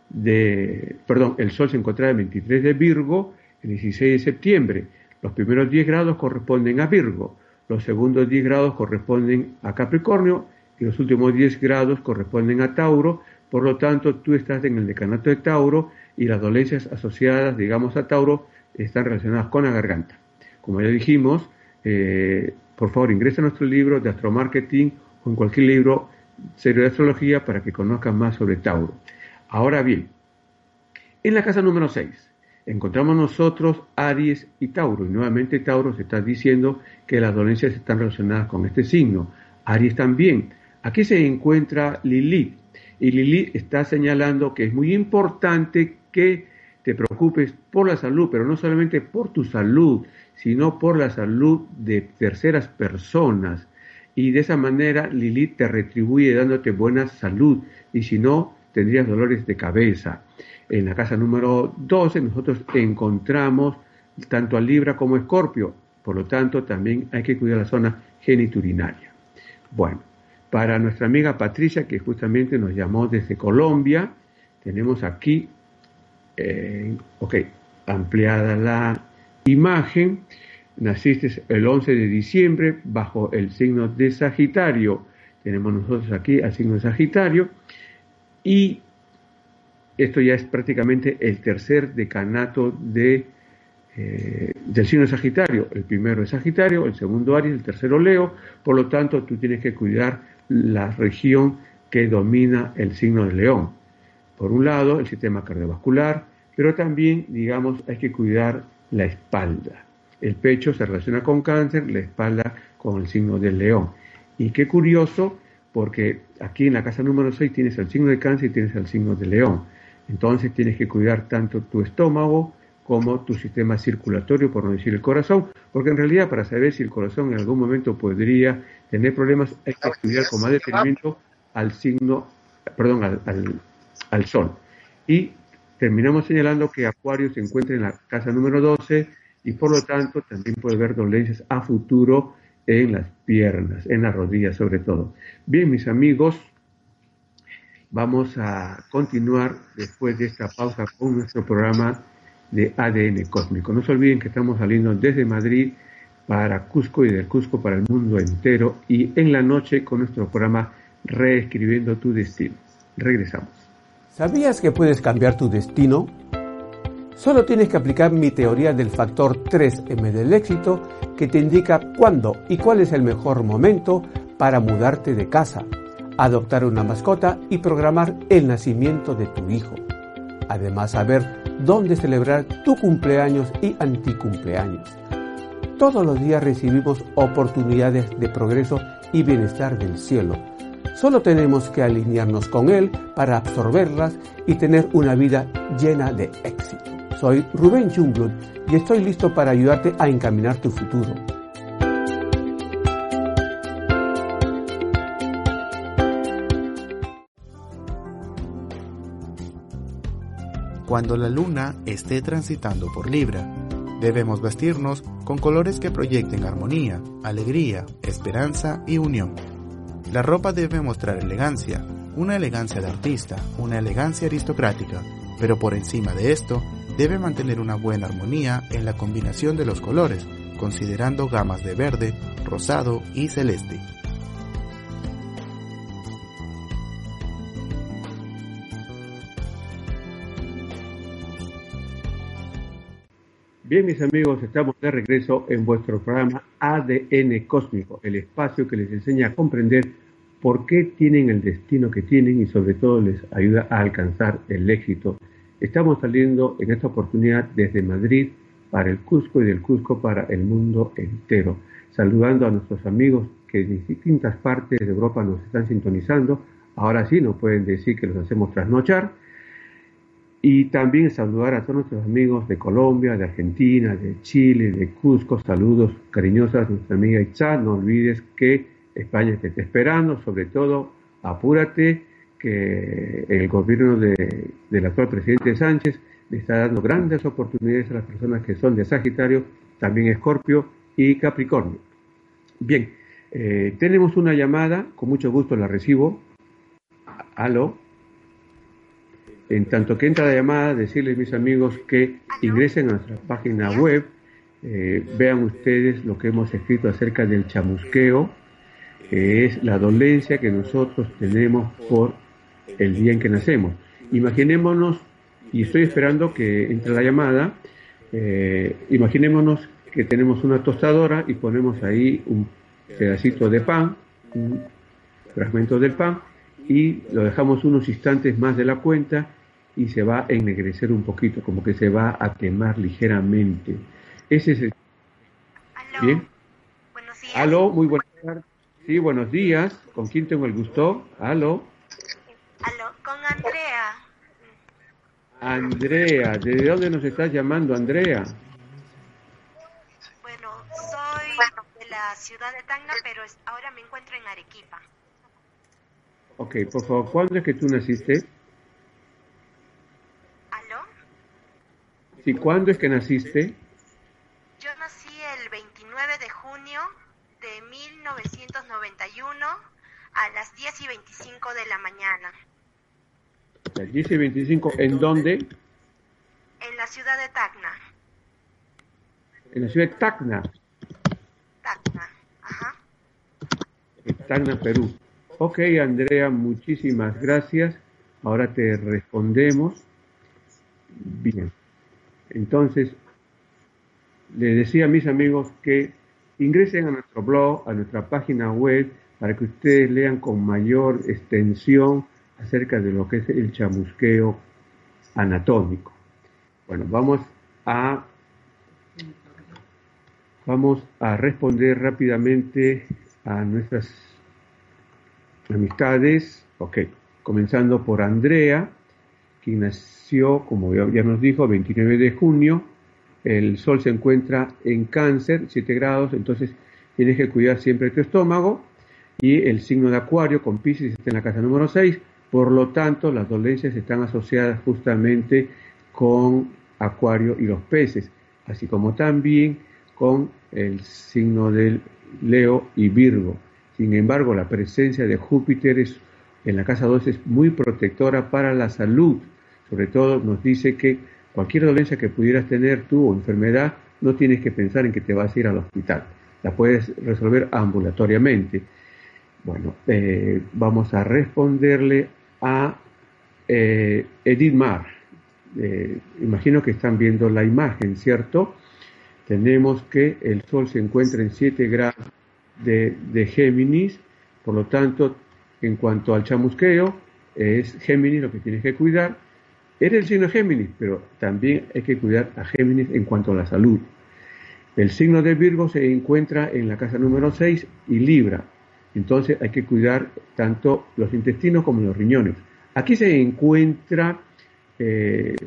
de, perdón, el Sol se encontraba el veintitrés de Virgo, el dieciséis de septiembre. Los primeros diez grados corresponden a Virgo, los segundos diez grados corresponden a Capricornio y los últimos diez grados corresponden a Tauro. Por lo tanto, tú estás en el decanato de Tauro y las dolencias asociadas, digamos, a Tauro están relacionadas con la garganta. Como ya dijimos, eh, por favor, ingresa a nuestro libro de astromarketing o en cualquier libro serio de astrología para que conozcan más sobre Tauro. Ahora bien, en la casa número seis encontramos nosotros Aries y Tauro, y nuevamente Tauro se está diciendo que las dolencias están relacionadas con este signo. Aries también. Aquí se encuentra Lilith, y Lilith está señalando que es muy importante que te preocupes por la salud, pero no solamente por tu salud, sino por la salud de terceras personas. y de esa manera Lilith te retribuye dándote buena salud, y si no, tendrías dolores de cabeza. En la casa número doce nosotros encontramos tanto a Libra como a Escorpio, por lo tanto también hay que cuidar la zona geniturinaria. Bueno, para nuestra amiga Patricia, que justamente nos llamó desde Colombia, tenemos aquí, eh, ok, ampliada la imagen. Naciste el once de diciembre bajo el signo de Sagitario. Tenemos nosotros aquí al signo de Sagitario, y esto ya es prácticamente el tercer decanato de, eh, del signo de Sagitario. El primero es Sagitario, el segundo Aries, el tercero Leo. Por lo tanto, tú tienes que cuidar la región que domina el signo de León. Por un lado, el sistema cardiovascular, pero también, digamos, hay que cuidar la espalda. El pecho se relaciona con Cáncer, la espalda con el signo del León. Y qué curioso, porque aquí en la casa número seis tienes el signo de Cáncer y tienes el signo de León. Entonces tienes que cuidar tanto tu estómago como tu sistema circulatorio, por no decir el corazón, porque en realidad para saber si el corazón en algún momento podría tener problemas, hay que estudiar con más detenimiento al signo, perdón, al, al, al Sol. Y terminamos señalando que Acuario se encuentra en la casa número doce, y por lo tanto también puede haber dolencias a futuro en las piernas, en las rodillas sobre todo. Bien, mis amigos, vamos a continuar después de esta pausa con nuestro programa de A D N Cósmico. No se olviden que estamos saliendo desde Madrid para Cusco y del Cusco para el mundo entero, y en la noche con nuestro programa Reescribiendo tu Destino. Regresamos. ¿Sabías que puedes cambiar tu destino? Solo tienes que aplicar mi teoría del factor tres eme del éxito, que te indica cuándo y cuál es el mejor momento para mudarte de casa, adoptar una mascota y programar el nacimiento de tu hijo. Además, saber dónde celebrar tu cumpleaños y anticumpleaños. Todos los días recibimos oportunidades de progreso y bienestar del cielo. Solo tenemos que alinearnos con él para absorberlas y tener una vida llena de éxito. Soy Rubén Jungblut y estoy listo para ayudarte a encaminar tu futuro. Cuando la luna esté transitando por Libra, debemos vestirnos con colores que proyecten armonía, alegría, esperanza y unión. La ropa debe mostrar elegancia, una elegancia de artista, una elegancia aristocrática, pero por encima de esto, debe mantener una buena armonía en la combinación de los colores, considerando gamas de verde, rosado y celeste. Bien, mis amigos, estamos de regreso en vuestro programa A D N Cósmico, el espacio que les enseña a comprender por qué tienen el destino que tienen y sobre todo les ayuda a alcanzar el éxito. Estamos saliendo en esta oportunidad desde Madrid para el Cusco y del Cusco para el mundo entero, saludando a nuestros amigos que de distintas partes de Europa nos están sintonizando. Ahora sí nos pueden decir que los hacemos trasnochar. Y también saludar a todos nuestros amigos de Colombia, de Argentina, de Chile, de Cusco. Saludos cariñosos a nuestra amiga Itza. No olvides que España te está esperando. Sobre todo, apúrate, que el gobierno de, del actual presidente Sánchez le está dando grandes oportunidades a las personas que son de Sagitario, también Escorpio y Capricornio. Bien, eh, tenemos una llamada, con mucho gusto la recibo. Aló. En tanto que entra la llamada, decirles, mis amigos, que ingresen a nuestra página web, eh, vean ustedes lo que hemos escrito acerca del chamusqueo, que es la dolencia que nosotros tenemos por el día en que nacemos. Imaginémonos, y estoy esperando que entre la llamada, eh, imaginémonos que tenemos una tostadora y ponemos ahí un pedacito de pan, un fragmento del pan, y lo dejamos unos instantes más de la cuenta y se va a ennegrecer un poquito, como que se va a quemar ligeramente. Ese es el... Aló. ¿Bien? Buenos días. Aló, muy buenas tardes. Sí, buenos días. ¿Con quién tengo el gusto? Aló. Aló, con Andrea. Andrea, ¿desde dónde nos estás llamando, Andrea? Bueno, soy de la ciudad de Tacna, pero es- ahora me encuentro en Arequipa. Ok, por favor, ¿cuándo es que tú naciste? ¿Aló? Sí, ¿cuándo es que naciste? Yo nací el veintinueve de junio de mil novecientos noventa y uno a las diez y veinticinco de la mañana, El diez y veinticinco, ¿en dónde? en la ciudad de Tacna. En la ciudad de Tacna, Tacna, ajá. en Tacna, Perú. Ok, Andrea, muchísimas gracias. Ahora te respondemos. Bien. Entonces, les decía a mis amigos que ingresen a nuestro blog, a nuestra página web, para que ustedes lean con mayor extensión acerca de lo que es el chamusqueo anatómico. Bueno, vamos a vamos a responder rápidamente a nuestras amistades. Ok, comenzando por Andrea, quien nació, como ya ya nos dijo, veintinueve de junio. El sol se encuentra en Cáncer, siete grados, entonces tienes que cuidar siempre tu estómago. Y el signo de Acuario con Piscis está en la casa número seis, por lo tanto las dolencias están asociadas justamente con Acuario y los peces, así como también con el signo del Leo y Virgo. Sin embargo, la presencia de Júpiter es, en la casa dos es muy protectora para la salud. Sobre todo nos dice que cualquier dolencia que pudieras tener tú o enfermedad, no tienes que pensar en que te vas a ir al hospital. La puedes resolver ambulatoriamente. Bueno, eh, vamos a responderle a eh, Edith Mar. Eh, imagino que están viendo la imagen, ¿cierto? Tenemos que el Sol se encuentra en siete grados de, de Géminis, por lo tanto, en cuanto al chamusqueo, es Géminis lo que tienes que cuidar. Eres el signo Géminis, pero también hay que cuidar a Géminis en cuanto a la salud. El signo de Virgo se encuentra en la casa número seis y Libra. Entonces hay que cuidar tanto los intestinos como los riñones. Aquí se encuentra eh,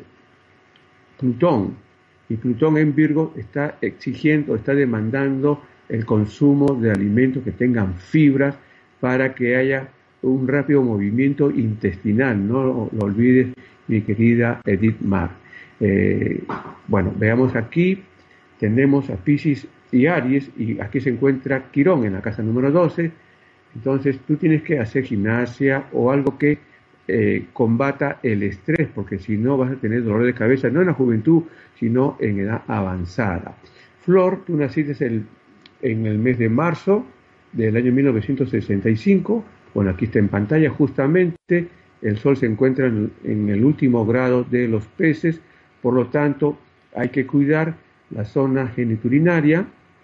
Plutón, y Plutón en Virgo está exigiendo, está demandando el consumo de alimentos que tengan fibras para que haya un rápido movimiento intestinal. No lo, lo olvides, mi querida Edith Mar. Eh, bueno, veamos aquí, tenemos a Piscis y Aries, y aquí se encuentra Quirón en la casa número doce. Entonces tú tienes que hacer gimnasia o algo que eh, combata el estrés, porque si no vas a tener dolor de cabeza, no en la juventud, sino en edad avanzada. Flor, tú naciste el, en el mes de marzo del año mil novecientos sesenta y cinco. Bueno, aquí está en pantalla justamente. El Sol se encuentra en, en el último grado de los peces, por lo tanto hay que cuidar la zona geniturinaria.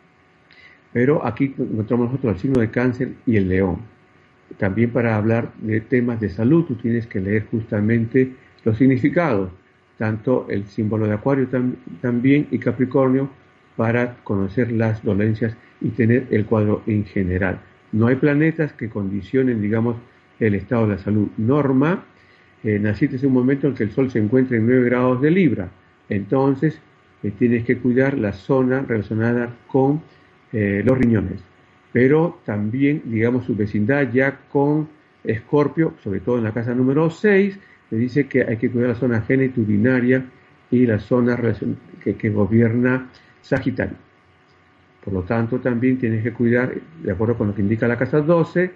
Pero aquí encontramos nosotros el signo de Cáncer y el León. También para hablar de temas de salud, tú tienes que leer justamente los significados, tanto el símbolo de Acuario tam, también y Capricornio, para conocer las dolencias y tener el cuadro en general. No hay planetas que condicionen, digamos, el estado de la salud. Norma, eh, naciste en un momento en que el Sol se encuentra en nueve grados de Libra, entonces eh, tienes que cuidar la zona relacionada con Eh, los riñones, pero también, digamos, su vecindad ya con Escorpio, sobre todo en la casa número seis, le dice que hay que cuidar la zona geniturinaria y la zona que, que gobierna Sagitario. Por lo tanto, también tienes que cuidar, de acuerdo con lo que indica la casa doce,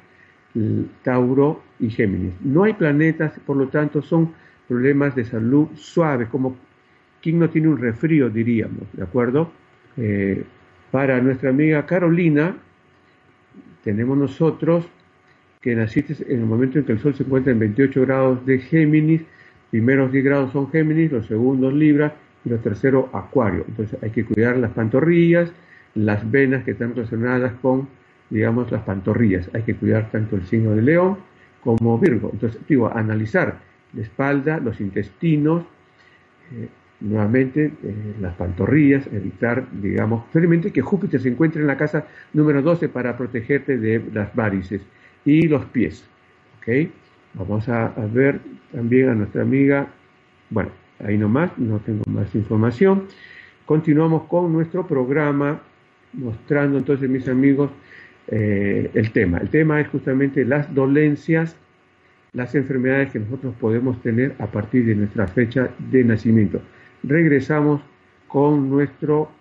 Tauro y Géminis. No hay planetas, por lo tanto, son problemas de salud suaves, como quien no tiene un resfrío, diríamos, ¿de acuerdo? Eh, Para nuestra amiga Carolina, tenemos nosotros que naciste en el momento en que el Sol se encuentra en veintiocho grados de Géminis. Primeros diez grados son Géminis, los segundos Libra y los terceros Acuario. Entonces hay que cuidar las pantorrillas, las venas que están relacionadas con, digamos, las pantorrillas. Hay que cuidar tanto el signo de León como Virgo. Entonces, digo, analizar la espalda, los intestinos, eh, nuevamente eh, las pantorrillas, evitar, digamos, preferiblemente que Júpiter se encuentre en la casa número doce para protegerte de las varices, y los pies. ¿Ok? Vamos a, a ver también a nuestra amiga. Bueno, ahí nomás, no tengo más información. Continuamos con nuestro programa, mostrando entonces, mis amigos, eh, el tema. El tema es justamente las dolencias, las enfermedades que nosotros podemos tener a partir de nuestra fecha de nacimiento. Regresamos con nuestro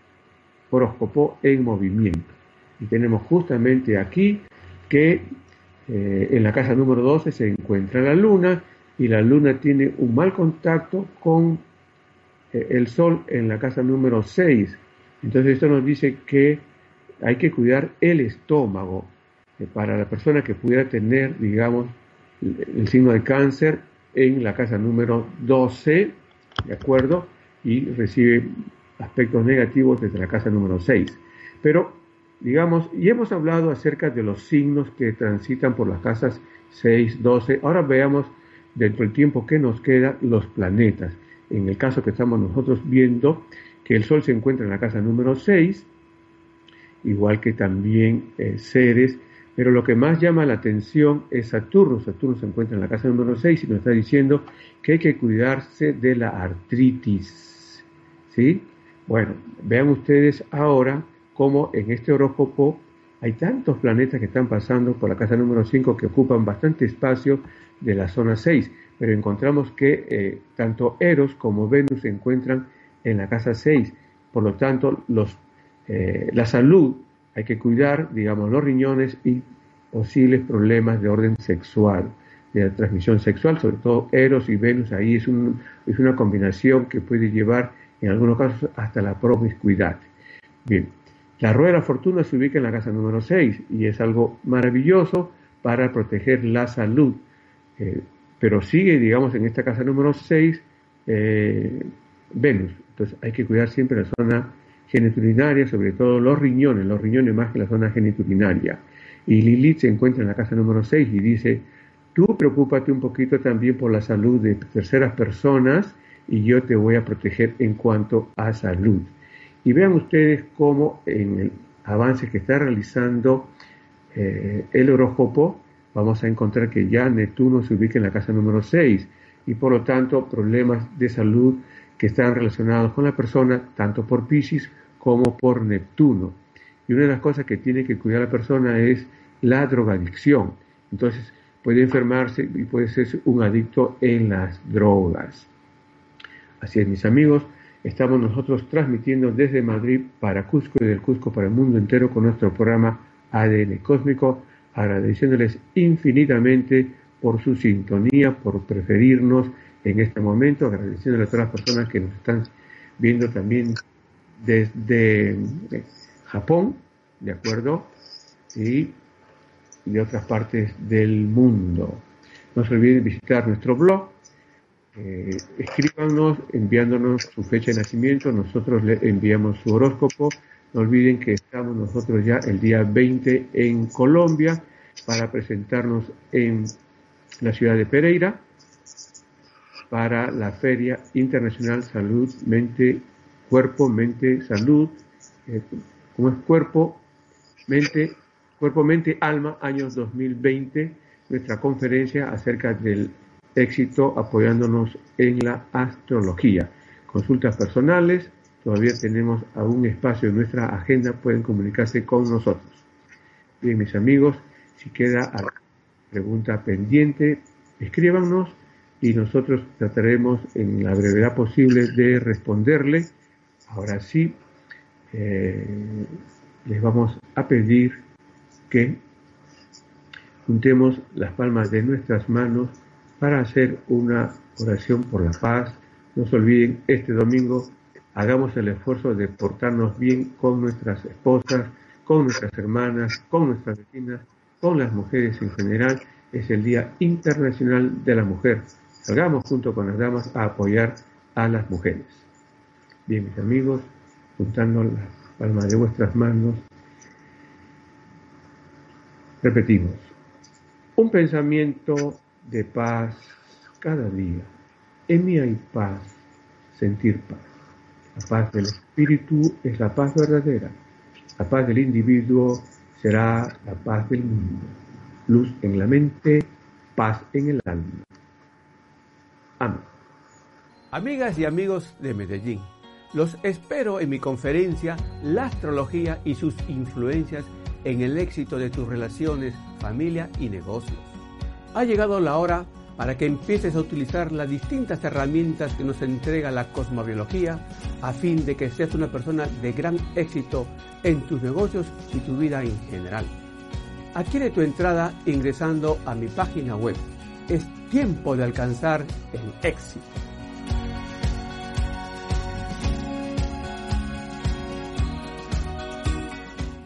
horóscopo en movimiento. Y tenemos justamente aquí que eh, en la casa número doce se encuentra la luna, y la luna tiene un mal contacto con eh, el sol en la casa número seis. Entonces esto nos dice que hay que cuidar el estómago. Eh, para la persona que pudiera tener, digamos, el, el signo de cáncer en la casa número doce, ¿de acuerdo? Y recibe aspectos negativos desde la casa número seis. Pero, digamos, y hemos hablado acerca de los signos que transitan por las casas seis, doce. Ahora veamos, dentro del tiempo que nos queda, los planetas. En el caso que estamos nosotros viendo, que el Sol se encuentra en la casa número seis, igual que también eh, Ceres, pero lo que más llama la atención es Saturno. Saturno se encuentra en la casa número seis y nos está diciendo que hay que cuidarse de la artritis, ¿sí? Bueno, vean ustedes ahora cómo en este horóscopo hay tantos planetas que están pasando por la casa número cinco que ocupan bastante espacio de la zona seis, pero encontramos que eh, tanto Eros como Venus se encuentran en la casa seis. Por lo tanto, los, eh, la salud hay que cuidar, digamos, los riñones y posibles problemas de orden sexual, de transmisión sexual, sobre todo Eros y Venus. Ahí es, un, es una combinación que puede llevar en algunos casos hasta la promiscuidad. Bien, la rueda de la fortuna se ubica en la casa número seis y es algo maravilloso para proteger la salud. Eh, pero sigue, digamos, en esta casa número seis eh, Venus. Entonces hay que cuidar siempre la zona genitourinaria, sobre todo los riñones, los riñones más que la zona genitourinaria. Y Lilith se encuentra en la casa número seis y dice: tú preocúpate un poquito también por la salud de terceras personas y yo te voy a proteger en cuanto a salud. Y vean ustedes cómo en el avance que está realizando eh, el horóscopo, vamos a encontrar que ya Neptuno se ubica en la casa número seis y por lo tanto problemas de salud que están relacionados con la persona, tanto por Piscis como por Neptuno. Y una de las cosas que tiene que cuidar la persona es la drogadicción. Entonces puede enfermarse y puede ser un adicto en las drogas. Así es, mis amigos, estamos nosotros transmitiendo desde Madrid para Cusco y del Cusco para el mundo entero con nuestro programa A D N Cósmico, agradeciéndoles infinitamente por su sintonía, por preferirnos en este momento, agradeciéndole a todas las personas que nos están viendo también desde Japón, ¿de acuerdo? Y de otras partes del mundo. No se olviden visitar nuestro blog, eh, escríbanos enviándonos su fecha de nacimiento, nosotros le enviamos su horóscopo. No olviden que estamos nosotros ya el día veinte en Colombia para presentarnos en la ciudad de Pereira para la Feria Internacional Salud, Mente, Cuerpo, Mente, Salud, eh, como es Cuerpo, Mente, Cuerpo, Mente, Alma, años dos mil veinte, nuestra conferencia acerca del éxito apoyándonos en la astrología. Consultas personales, todavía tenemos aún espacio en nuestra agenda, pueden comunicarse con nosotros. Bien, mis amigos, si queda alguna pregunta pendiente, escríbanos y nosotros trataremos en la brevedad posible de responderle. Ahora sí, eh, les vamos a pedir que juntemos las palmas de nuestras manos para hacer una oración por la paz. No se olviden, este domingo hagamos el esfuerzo de portarnos bien con nuestras esposas, con nuestras hermanas, con nuestras vecinas, con las mujeres en general. Es el Día Internacional de la Mujer. Salgamos junto con las damas a apoyar a las mujeres. Bien, mis amigos, juntando las palmas de vuestras manos, repetimos: un pensamiento de paz cada día. En mí hay paz, sentir paz. La paz del espíritu es la paz verdadera. La paz del individuo será la paz del mundo. Luz en la mente, paz en el alma. Amén. Amigas y amigos de Medellín, los espero en mi conferencia La Astrología y sus influencias en el éxito de tus relaciones, familia y negocios. Ha llegado la hora para que empieces a utilizar las distintas herramientas que nos entrega la cosmobiología a fin de que seas una persona de gran éxito en tus negocios y tu vida en general. Adquiere tu entrada ingresando a mi página web. Es tiempo de alcanzar el éxito.